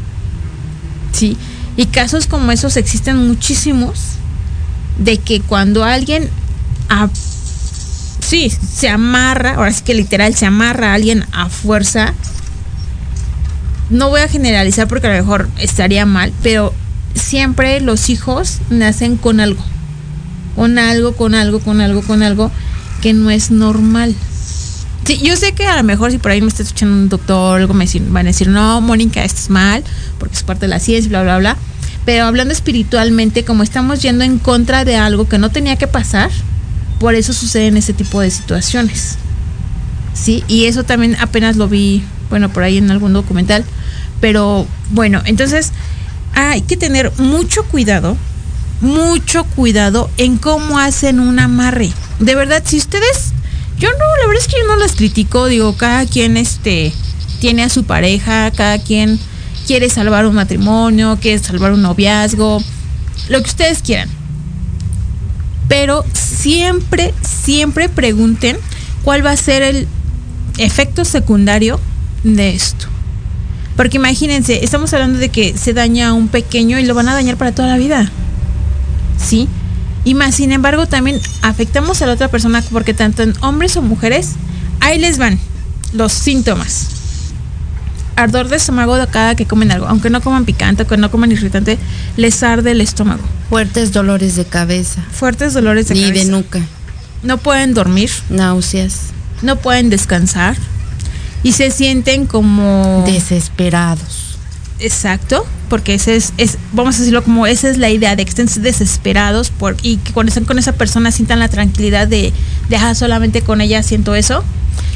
Sí, y casos como esos existen muchísimos, de que cuando alguien a, sí, se amarra, ahora sí que literal se amarra a alguien a fuerza, no voy a generalizar porque a lo mejor estaría mal, pero siempre los hijos nacen con algo, con algo, con algo, con algo, con algo que no es normal. Sí, yo sé que a lo mejor si por ahí me está escuchando un doctor o algo me decir, van a decir, no, Mónica, esto es mal, porque es parte de la ciencia, bla, bla, bla. Pero hablando espiritualmente, como estamos yendo en contra de algo que no tenía que pasar, por eso suceden ese tipo de situaciones. Sí, y eso también apenas lo vi, bueno, por ahí en algún documental. Pero bueno, entonces hay que tener mucho cuidado, mucho cuidado en cómo hacen un amarre. De verdad, si ustedes... Yo no, la verdad es que yo no las critico, digo, cada quien este tiene a su pareja, cada quien quiere salvar un matrimonio, quiere salvar un noviazgo, lo que ustedes quieran. Pero siempre, siempre pregunten cuál va a ser el efecto secundario de esto. Porque imagínense, estamos hablando de que se daña a un pequeño y lo van a dañar para toda la vida. ¿Sí? Y más, sin embargo, también afectamos a la otra persona, porque tanto en hombres o mujeres, ahí les van los síntomas. Ardor de estómago de cada que comen algo, aunque no coman picante, aunque no coman irritante, les arde el estómago. Fuertes dolores de cabeza. Fuertes dolores de y cabeza. Y de nuca. No pueden dormir. Náuseas. No pueden descansar. Y se sienten como... desesperados. Exacto, porque ese es, es, vamos a decirlo como, esa es la idea, de que estén desesperados por, y que cuando están con esa persona sientan la tranquilidad de, de ah, solamente con ella siento eso.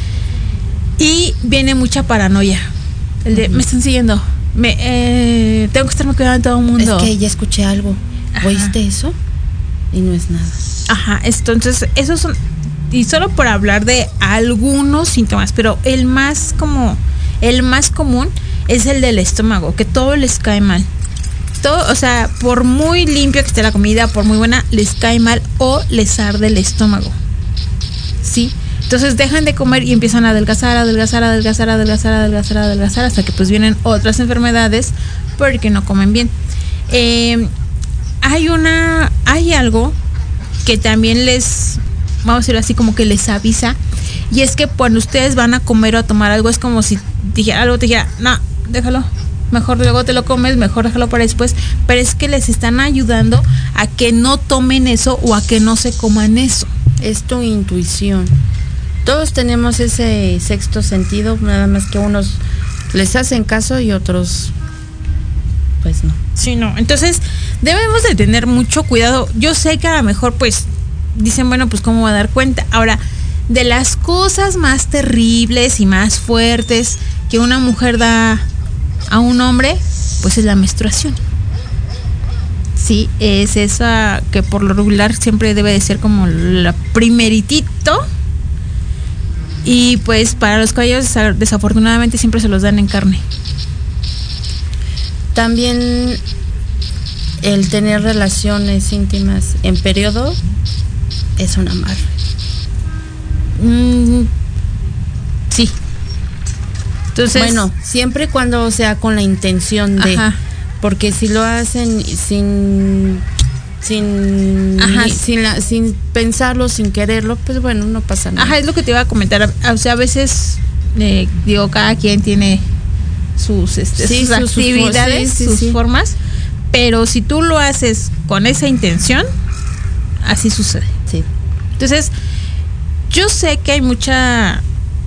Y viene mucha paranoia. El de, uh-huh. me están siguiendo, me, eh, tengo que estarme cuidando de todo el mundo. Es que ya escuché algo. Ajá. ¿Oíste eso? Y no es nada. Ajá, entonces, esos son, y solo por hablar de algunos síntomas, pero el más como, el más común es el del estómago, que todo les cae mal. Todo, o sea, por muy limpio que esté la comida, por muy buena, les cae mal o les arde el estómago. ¿Sí? Entonces dejan de comer y empiezan a adelgazar, adelgazar, adelgazar, adelgazar, adelgazar, adelgazar, hasta que pues vienen otras enfermedades porque no comen bien. Eh, hay una, hay algo que también les, vamos a decirlo así, como que les avisa, y es que cuando ustedes van a comer o a tomar algo, es como si dijera algo, te dijera, no, déjalo, mejor luego te lo comes, mejor déjalo para después, pero es que les están ayudando a que no tomen eso o a que no se coman eso. Es tu intuición. Todos tenemos ese sexto sentido, nada más que unos les hacen caso y otros pues no. Sí, no. Entonces debemos de tener mucho cuidado. Yo sé que a lo mejor pues dicen, bueno, pues cómo va a dar cuenta. Ahora, de las cosas más terribles y más fuertes que una mujer da a un hombre, pues es la menstruación. Sí, es esa que por lo regular siempre debe de ser como la primeritito. Y pues para los caballeros desafortunadamente siempre se los dan en carne. También el tener relaciones íntimas en periodo es un amarre. Mm, sí. Entonces, bueno, siempre y cuando sea con la intención de, ajá. Porque si lo hacen sin sin ni, sin, la, sin pensarlo, sin quererlo, pues bueno, no pasa nada. Ajá, es lo que te iba a comentar. O sea, a veces Eh, digo, cada quien tiene sus, este, Sí, sus sus- sus- actividades, sí, sí, sus sí. formas, pero si tú lo haces con esa intención, así sucede. Sí. Entonces, yo sé que hay mucha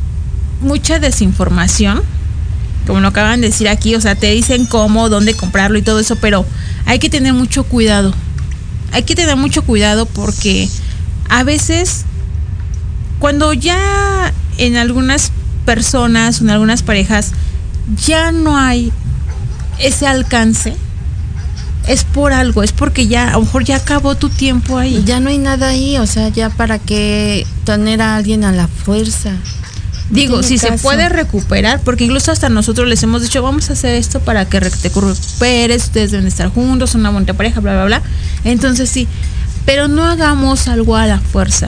mucha desinformación, como lo acaban de decir aquí, o sea, te dicen cómo, dónde comprarlo y todo eso, pero hay que tener mucho cuidado. Hay que tener mucho cuidado porque a veces cuando ya en algunas personas, en algunas parejas, ya no hay ese alcance, es por algo, es porque ya, a lo mejor ya acabó tu tiempo ahí. Ya no hay nada ahí, o sea, ya para qué tener a alguien a la fuerza. Digo, tiene si se caso. puede recuperar, porque incluso hasta nosotros les hemos dicho, vamos a hacer esto para que re- te recuperes, ustedes deben estar juntos, una bonita pareja, bla, bla, bla. Entonces sí, pero no hagamos algo a la fuerza.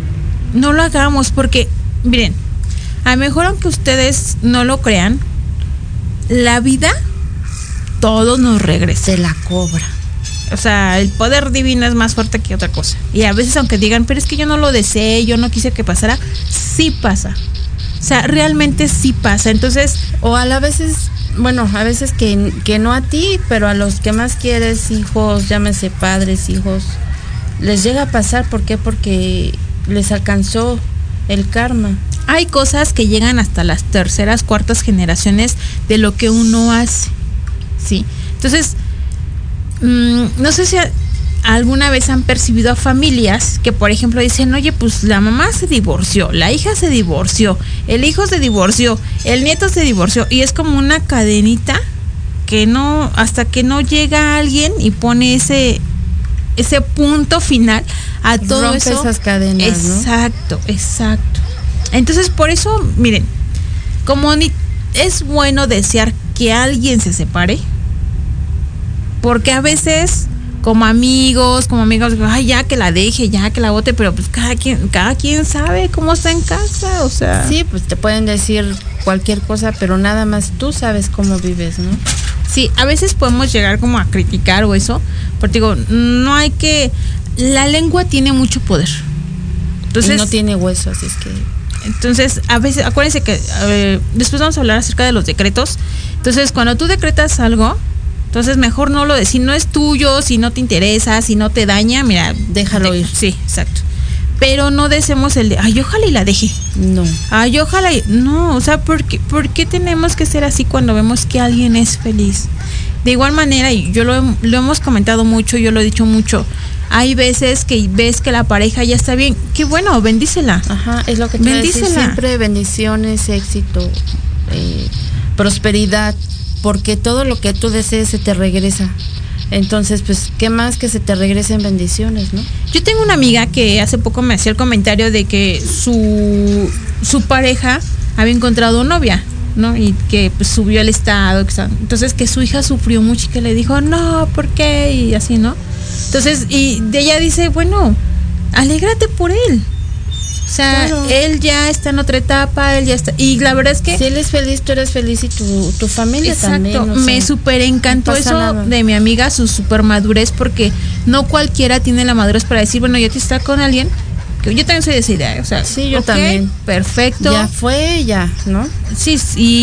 No lo hagamos porque, miren, a lo mejor aunque ustedes no lo crean, la vida todo nos regresa. Se la cobra. O sea, el poder divino es más fuerte que otra cosa. Y a veces aunque digan, pero es que yo no lo deseé, yo no quise que pasara, sí pasa. O sea, realmente sí pasa. Entonces, O a la veces, bueno, a veces que, que no a ti, pero a los que más quieres, hijos, llámese padres, hijos, les llega a pasar. ¿Por qué? Porque les alcanzó el karma. hay cosas que llegan hasta las terceras, cuartas generaciones de lo que uno hace. Sí. Entonces, mmm, no sé si a, alguna vez han percibido a familias que, por ejemplo, dicen, oye, pues la mamá se divorció, la hija se divorció, el hijo se divorció, el nieto se divorció, y es como una cadenita que no, hasta que no llega alguien y pone ese ese punto final a todo Rompe eso. esas cadenas, ¿no? Exacto, exacto. Entonces, por eso, miren, como ni es bueno desear que alguien se separe, porque a veces como amigos, como amigos, ay, ya que la deje, ya que la bote, pero pues cada quien, cada quien sabe cómo está en casa, o sea. Sí, pues te pueden decir cualquier cosa, pero nada más tú sabes cómo vives, ¿no? Sí, a veces podemos llegar como a criticar o eso, porque digo, no hay que, la lengua tiene mucho poder. Entonces, y no tiene hueso, así es que... Entonces, a veces, acuérdense que eh, después vamos a hablar acerca de los decretos. Entonces, cuando tú decretas algo, entonces mejor no lo de, si no es tuyo, si no te interesa, si no te daña, mira, Déjalo de- ir. Sí, exacto. Pero no deseemos el de, ay, ojalá y la deje. No. Ay, ojalá y... No, o sea, ¿por qué, ¿por qué tenemos que ser así cuando vemos que alguien es feliz? De igual manera, y yo lo, lo hemos comentado mucho, yo lo he dicho mucho, hay veces que ves que la pareja ya está bien, qué bueno, bendícela. Ajá, es lo que te iba a decir, Bendícela. siempre bendiciones, éxito, eh, prosperidad, porque todo lo que tú desees se te regresa. Entonces, pues, ¿qué más que se te regresen bendiciones, no? Yo tengo una amiga que hace poco me hacía el comentario de que su, su pareja había encontrado novia, ¿no? Y que pues subió el estado, que está- entonces que su hija sufrió mucho y que le dijo, no, ¿por qué? Y así, ¿no? Entonces, y de ella dice, bueno, alégrate por él. O sea, Claro. él ya está en otra etapa, él ya está, y la verdad es que Si él es feliz, tú eres feliz y tu, tu familia exacto, también. o sea, me súper encantó no pasa eso nada. de mi amiga, su super madurez, porque no cualquiera tiene la madurez para decir, bueno, yo te está con alguien, que yo también soy de esa idea, o sea, Sí, yo ok, también. perfecto, Ya fue, ya, ¿no? sí,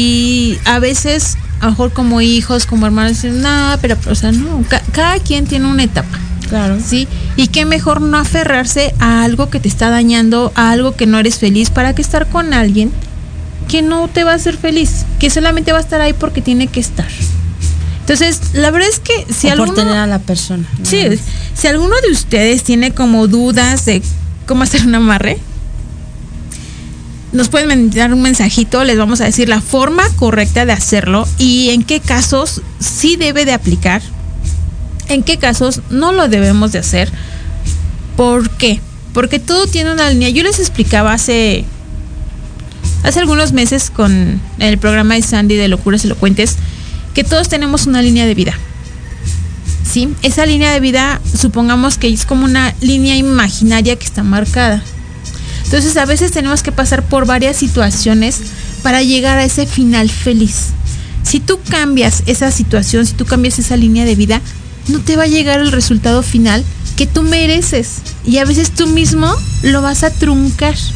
y a veces, a lo mejor como hijos, como hermanos, dicen, no, pero, o sea, no, ca- cada quien tiene una etapa. Claro. Sí, y qué mejor no aferrarse a algo que te está dañando, a algo que no eres feliz, para que estar con alguien que no te va a hacer feliz, que solamente va a estar ahí porque tiene que estar. Entonces, la verdad es que si O alguno, por tener a la persona. nada sí, más. si alguno de ustedes tiene como dudas de cómo hacer un amarre, nos pueden mandar un mensajito, les vamos a decir la forma correcta de hacerlo y en qué casos sí debe de aplicar, en qué casos no lo debemos de hacer. ¿Por qué? Porque todo tiene una línea. Yo les explicaba hace hace algunos meses con el programa de Sandy de Locuras Elocuentes que todos tenemos una línea de vida. ¿Sí? Esa línea de vida, supongamos que es como una línea imaginaria que está marcada. Entonces, a veces tenemos que pasar por varias situaciones para llegar a ese final feliz. Si tú cambias esa situación, si tú cambias esa línea de vida, no te va a llegar el resultado final que tú mereces. Y a veces tú mismo lo vas a truncar.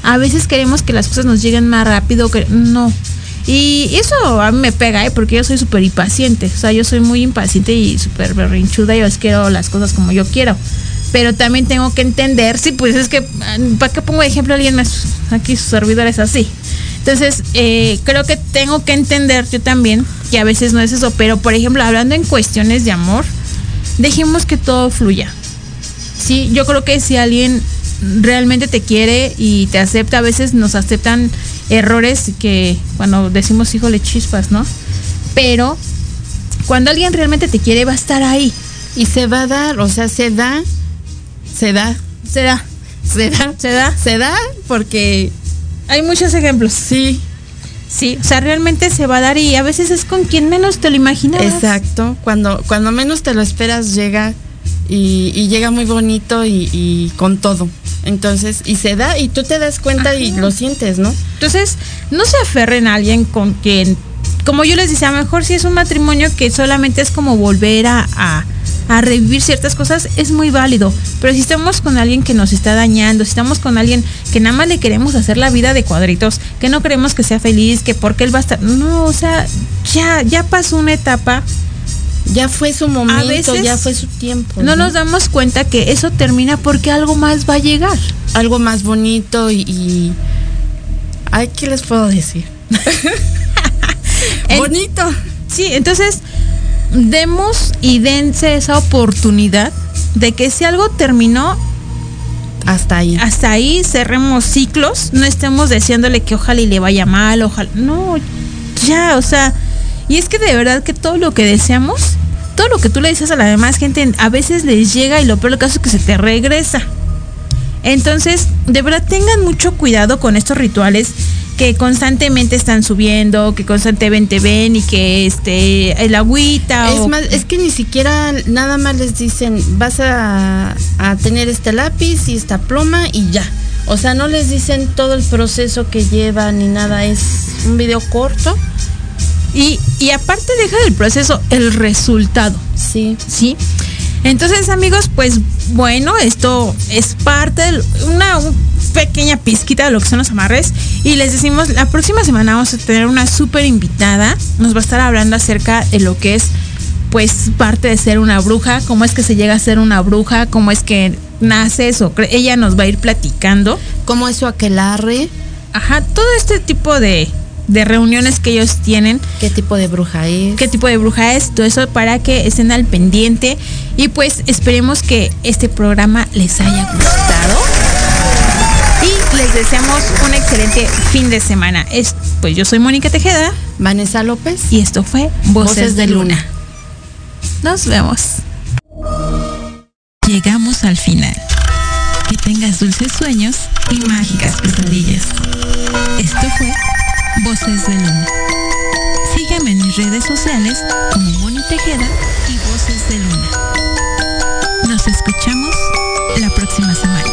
A veces queremos que las cosas nos lleguen más rápido, que no. Y eso a mí me pega, ¿eh? Porque yo soy súper impaciente. O sea, yo soy muy impaciente y súper berrinchuda. Yo quiero las cosas como yo quiero. Pero también tengo que entender, sí, pues es que, ¿para qué pongo de ejemplo a alguien más? Aquí su servidor es así. Entonces, eh, creo que tengo que entender yo también que a veces no es eso. Pero, por ejemplo, hablando en cuestiones de amor, dejemos que todo fluya. Sí, yo creo que si alguien realmente te quiere y te acepta, a veces nos aceptan errores que cuando decimos híjole chispas, ¿no? Pero cuando alguien realmente te quiere va a estar ahí y se va a dar, o sea, se da, se da, se da, se da, se da, se da porque hay muchos ejemplos. Sí, sí, o sea, realmente se va a dar y a veces es con quien menos te lo imaginabas. Exacto, cuando cuando menos te lo esperas llega y, y llega muy bonito y, y con todo. Entonces, y se da y tú te das cuenta. Ajá. Y lo sientes, ¿no? Entonces, no se aferren a alguien con quien, como yo les decía, a lo mejor si es un matrimonio que solamente es como volver a, a, a revivir ciertas cosas, es muy válido. Pero si estamos con alguien que nos está dañando, si estamos con alguien que nada más le queremos hacer la vida de cuadritos, que no queremos que sea feliz, que porque él va a estar, no, o sea, ya, ya pasó una etapa. Ya fue su momento, a veces ya fue su tiempo. No, ¿no? Nos damos cuenta que eso termina porque algo más va a llegar. Algo más bonito y... y... Ay, ¿qué les puedo decir? en, bonito. Sí, entonces, demos y dense esa oportunidad de que si algo terminó, hasta ahí. Hasta ahí, cerremos ciclos, no estemos deseándole que ojalá y le vaya mal, ojalá... No, ya, o sea... Y es que de verdad que todo lo que deseamos, todo lo que tú le dices a la demás gente, a veces les llega y lo peor del caso es que se te regresa. Entonces, de verdad tengan mucho cuidado con estos rituales que constantemente están subiendo, que constantemente ven y que este el agüita. Es o... más, es que ni siquiera nada más les dicen vas a, a tener este lápiz y esta pluma y ya. O sea, no les dicen todo el proceso que lleva ni nada, es un video corto. Y, y aparte deja del proceso el resultado. Sí. Sí. Entonces, amigos, pues bueno, esto es parte de una, una pequeña pizquita de lo que son los amarres. Y les decimos, la próxima semana vamos a tener una súper invitada. Nos va a estar hablando acerca de lo que es, pues, parte de ser una bruja. Cómo es que se llega a ser una bruja. Cómo es que nace eso. Ella nos va a ir platicando. Cómo es su aquelarre. Ajá, todo este tipo de... de reuniones que ellos tienen. ¿Qué tipo de bruja es? ¿Qué tipo de bruja es? Todo eso para que estén al pendiente. Y pues esperemos que este programa les haya gustado. Y les deseamos un excelente fin de semana. Es, pues yo soy Mónica Tejeda. Vanessa López. Y esto fue Voces, Voces de, de Luna. Luna. Nos vemos. Llegamos al final. Que tengas dulces sueños y mágicas pesadillas. Esto fue Voces de Luna. Sígueme en mis redes sociales como Moni Tejeda y Voces de Luna. Nos escuchamos la próxima semana.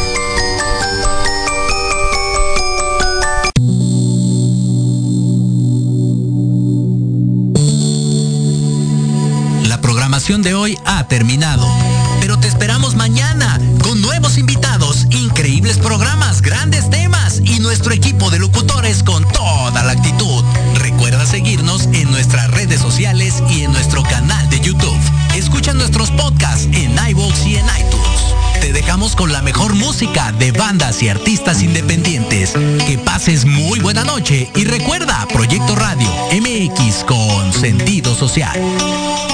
La programación de hoy ha terminado, pero te esperamos mañana con nuevos invitados, increíbles programas, grandes temas y nuestro equipo de locutores con toda la actitud. Recuerda seguirnos en nuestras redes sociales y en nuestro canal de YouTube. Escucha nuestros podcasts en iVoox y en iTunes. Te dejamos con la mejor música de bandas y artistas independientes. Que pases muy buena noche y recuerda, Proyecto Radio M X con sentido social.